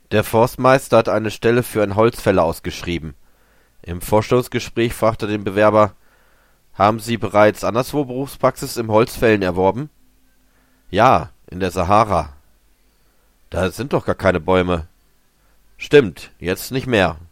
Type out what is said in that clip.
Der Forstmeister hat eine Stelle für einen Holzfäller ausgeschrieben. Im Vorstellungsgespräch fragte er den Bewerber: Haben Sie bereits anderswo Berufspraxis im Holzfällen erworben? Ja, in der Sahara. Da sind doch gar keine Bäume. Stimmt, jetzt nicht mehr.